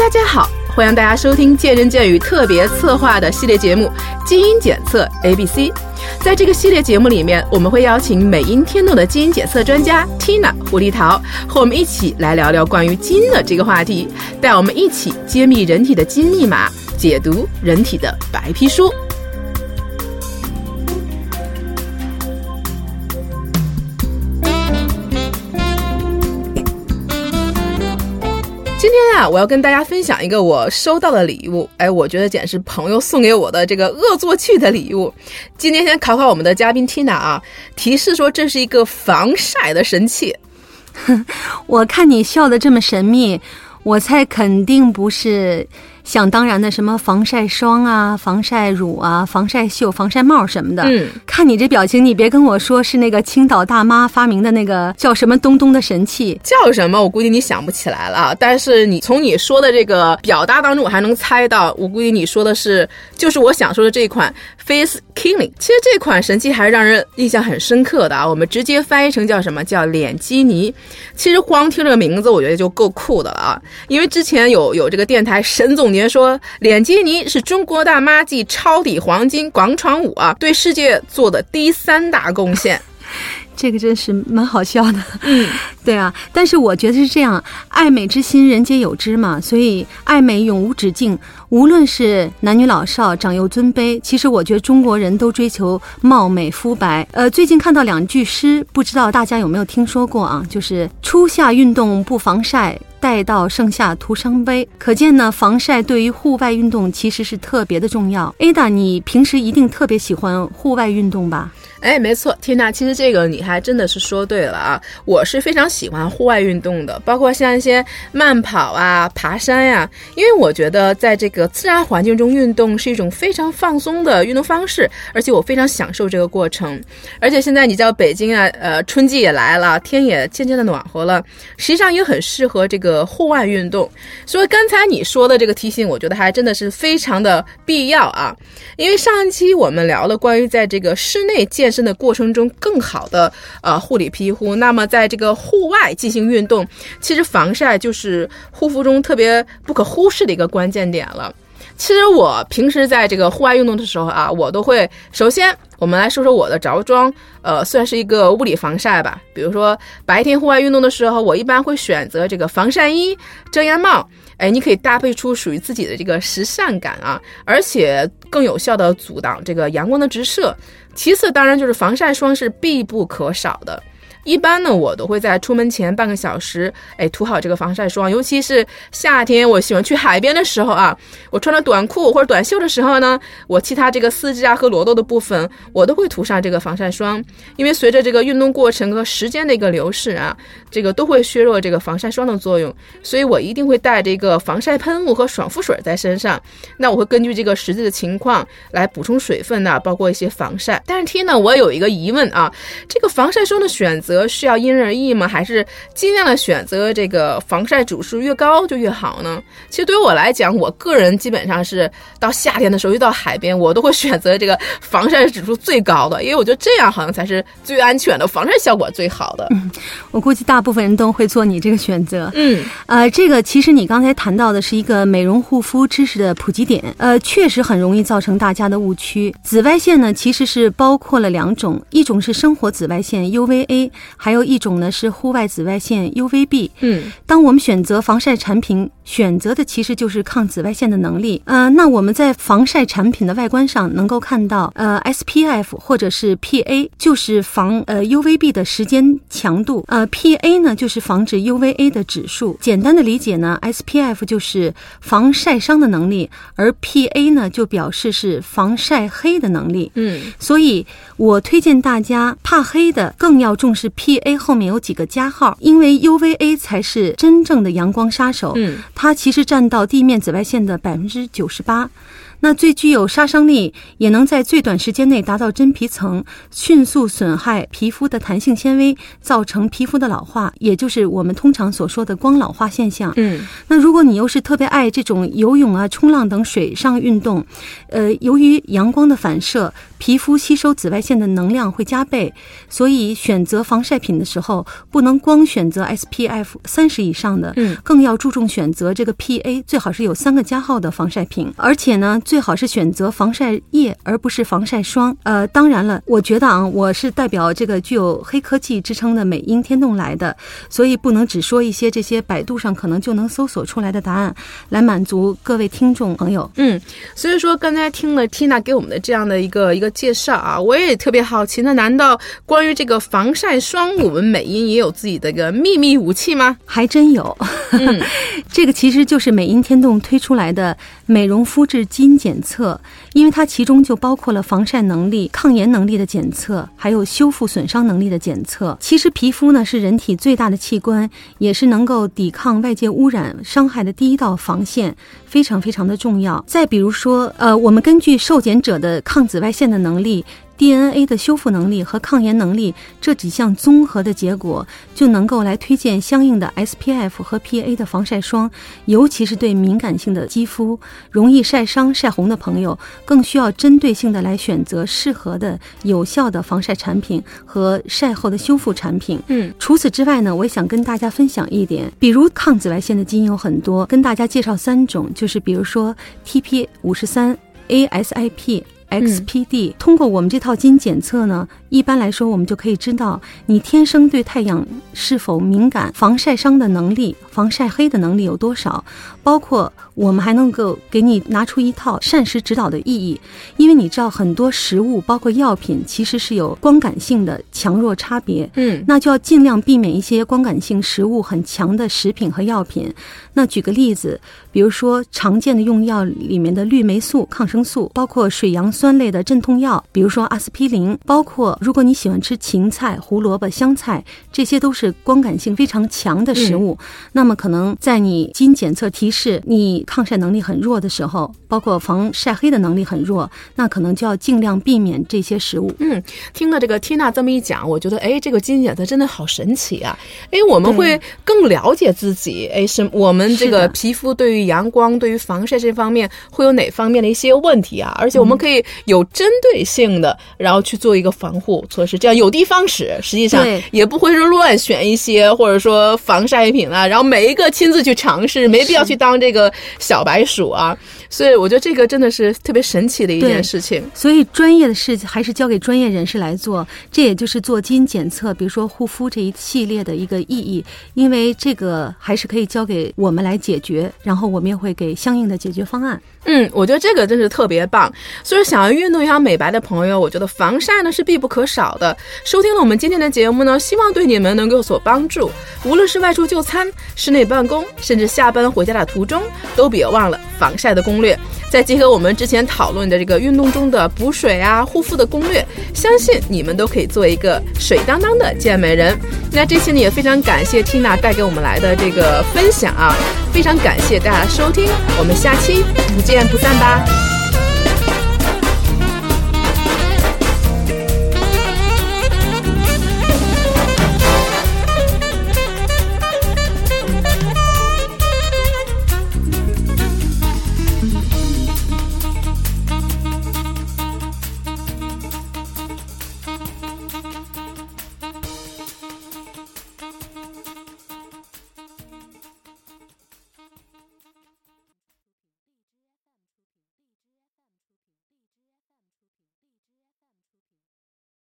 大家好，欢迎大家收听见人见语特别策划的系列节目基因检测 ABC。 在这个系列节目里面，我们会邀请美音天动的基因检测专家 Tina 胡丽桃和我们一起来聊聊关于基因的这个话题，带我们一起揭秘人体的基因密码，解读人体的白皮书。今天啊，我要跟大家分享一个我收到的礼物，我觉得简直是朋友送给我的这个恶作剧的礼物。今天先考考我们的嘉宾 Tina 啊，提示说这是一个防晒的神器。 我看你笑得这么神秘，我猜肯定不是想当然的什么防晒霜啊、防晒乳啊、防晒袖、防晒帽什么的。看你这表情，你别跟我说是那个青岛大妈发明的那个叫什么东东的神器。 叫什么我估计你想不起来了，但是你从你说的这个表达当中我还能猜到，我估计你说的是就是我想说的这款 Face Killing。 其实这款神器还是让人印象很深刻的啊，我们直接翻译成叫什么，叫脸基尼。其实光听这个名字我觉得就够酷的了啊，因为之前有这个电台沈总结说，脸基尼是中国大妈继抄底黄金广场舞啊，对世界做的第3大贡献。 这个真是蛮好笑的。对啊，但是我觉得是这样，爱美之心人皆有之嘛，所以爱美永无止境，无论是男女老少长幼尊卑，其实我觉得中国人都追求貌美肤白。最近看到2句诗，不知道大家有没有听说过啊，就是初夏运动不防晒，待到盛夏徒伤悲。可见呢，防晒对于户外运动其实是特别的重要。 Ada 你平时一定特别喜欢户外运动吧？ 没错 Tina， 其实这个你还真的是说对了啊，我是非常喜欢户外运动的，包括像一些慢跑啊、爬山呀，因为我觉得在这个自然环境中运动是一种非常放松的运动方式，而且我非常享受这个过程。而且现在你知道北京啊，春季也来了，天也渐渐的暖和了，实际上也很适合这个户外运动。所以刚才你说的这个提醒，我觉得还真的是非常的必要啊。因为上一期我们聊了关于在这个室内健身的过程中更好的护理皮肤，那么在这个户外进行运动，其实防晒就是护肤中特别不可忽视的一个关键点了。其实我平时在这个户外运动的时候啊，我都会首先我们来说说我的着装，算是一个物理防晒吧。比如说白天户外运动的时候，我一般会选择这个防晒衣、遮阳帽，你可以搭配出属于自己的这个时尚感啊，而且更有效的阻挡这个阳光的直射。其次当然就是防晒霜是必不可少的。一般呢，我都会在出门前半个小时，涂好这个防晒霜。尤其是夏天，我喜欢去海边的时候啊，我穿着短裤或者短袖的时候呢，我其他这个四肢啊和裸露的部分，我都会涂上这个防晒霜。因为随着这个运动过程和时间的一个流逝啊，这个都会削弱这个防晒霜的作用，所以我一定会带这个防晒喷雾和爽肤水在身上。那我会根据这个实际的情况来补充水分啊，包括一些防晒。但是Tina，我有一个疑问啊，这个防晒霜的选择需要因人而异吗？还是尽量的选择这个防晒指数越高就越好呢？其实对于我来讲，我个人基本上是到夏天的时候，一到海边，我都会选择这个防晒指数最高的，因为我觉得这样好像才是最安全的，防晒效果最好的。 我估计大部分人都会做你这个选择。这个其实你刚才谈到的是一个美容护肤知识的普及点，确实很容易造成大家的误区。紫外线呢，其实是包括了2种，一种是生活紫外线 UVA，还有一种呢是户外紫外线 UVB。当我们选择防晒产品，选择的其实就是抗紫外线的能力。那我们在防晒产品的外观上能够看到SPF 或者是 PA， 就是防UVB 的时间强度。PA 呢就是防止 UVA 的指数。简单的理解呢， SPF 就是防晒伤的能力，而 PA 呢就表示是防晒黑的能力。所以我推荐大家怕黑的更要重视 PA 后面有几个加号，因为 UVA 才是真正的阳光杀手。它其实占到地面紫外线的98%。 那最具有杀伤力，也能在最短时间内达到真皮层，迅速损害皮肤的弹性纤维，造成皮肤的老化，也就是我们通常所说的光老化现象。那如果你又是特别爱这种游泳啊、冲浪等水上运动，由于阳光的反射，皮肤吸收紫外线的能量会加倍，所以选择防晒品的时候，不能光选择 SPF 30以上的，更要注重选择这个 PA， 最好是有3个加号的防晒品，而且呢，最好是选择防晒液，而不是防晒霜。当然了，我觉得啊，我是代表这个具有黑科技之称的美音天动来的，所以不能只说一些这些百度上可能就能搜索出来的答案，来满足各位听众朋友。 所以说刚才听了 Tina 给我们的这样的一个介绍啊，我也特别好奇，那难道关于这个防晒霜，我们美音也有自己的一个秘密武器吗？ 还真有。这个其实就是美音天动推出来的美容肤质基因检测，因为它其中就包括了防晒能力、抗炎能力的检测，还有修复损伤能力的检测。其实皮肤呢是人体最大的器官，也是能够抵抗外界污染伤害的第一道防线，非常非常的重要。再比如说我们根据受检者的抗紫外线的能力、DNA 的修复能力和抗炎能力这几项综合的结果，就能够来推荐相应的 SPF 和 PA 的防晒霜，尤其是对敏感性的肌肤、容易晒伤晒红的朋友，更需要针对性的来选择适合的有效的防晒产品和晒后的修复产品。除此之外呢，我也想跟大家分享一点，比如抗紫外线的基因有很多，跟大家介绍3种，就是比如说 TP53、ASIP、XPD， 通过我们这套基因检测呢，一般来说我们就可以知道你天生对太阳是否敏感，防晒伤的能力、防晒黑的能力有多少，包括我们还能够给你拿出一套膳食指导的意义，因为你知道很多食物包括药品其实是有光感性的强弱差别，那就要尽量避免一些光感性食物很强的食品和药品。那举个例子，比如说常见的用药里面的绿霉素、抗生素，包括水杨酸类的镇痛药，比如说阿司匹林，包括如果你喜欢吃芹菜、胡萝卜、香菜，这些都是光感性非常强的食物，那么可能在你基因检测提示你抗晒能力很弱的时候，包括防晒黑的能力很弱，那可能就要尽量避免这些食物。 听了这个 Tina 这么一讲，我觉得这个基因检测真的好神奇啊！我们会更了解自己，是我们这个皮肤对于阳光、对于防晒这方面会有哪方面的一些问题啊？而且我们可以有针对性的，然后去做一个防护措施，这样有的放矢，实际上也不会是乱选一些或者说防晒品啊，然后每一个亲自去尝试，没必要去当这个小白鼠啊。所以我觉得这个真的是特别神奇的一件事情。 所以专业的事还是交给专业人士来做，这也就是做基因检测，比如说护肤这一系列的一个意义，因为这个还是可以交给我们来解决，然后我们也会给相应的解决方案。 我觉得这个真是特别棒。所以想要运动也想美白的朋友，我觉得防晒呢是必不可少的。收听了我们今天的节目呢，希望对你们能够有所帮助。无论是外出就餐、室内办公，甚至下班回家的途中，都别忘了防晒的攻略。再结合我们之前讨论的这个运动中的补水啊、护肤的攻略，相信你们都可以做一个水当当的健美人。那这期呢也非常感谢 Tina 带给我们来的这个分享啊，非常感谢大家的收听，我们下期不见不散吧。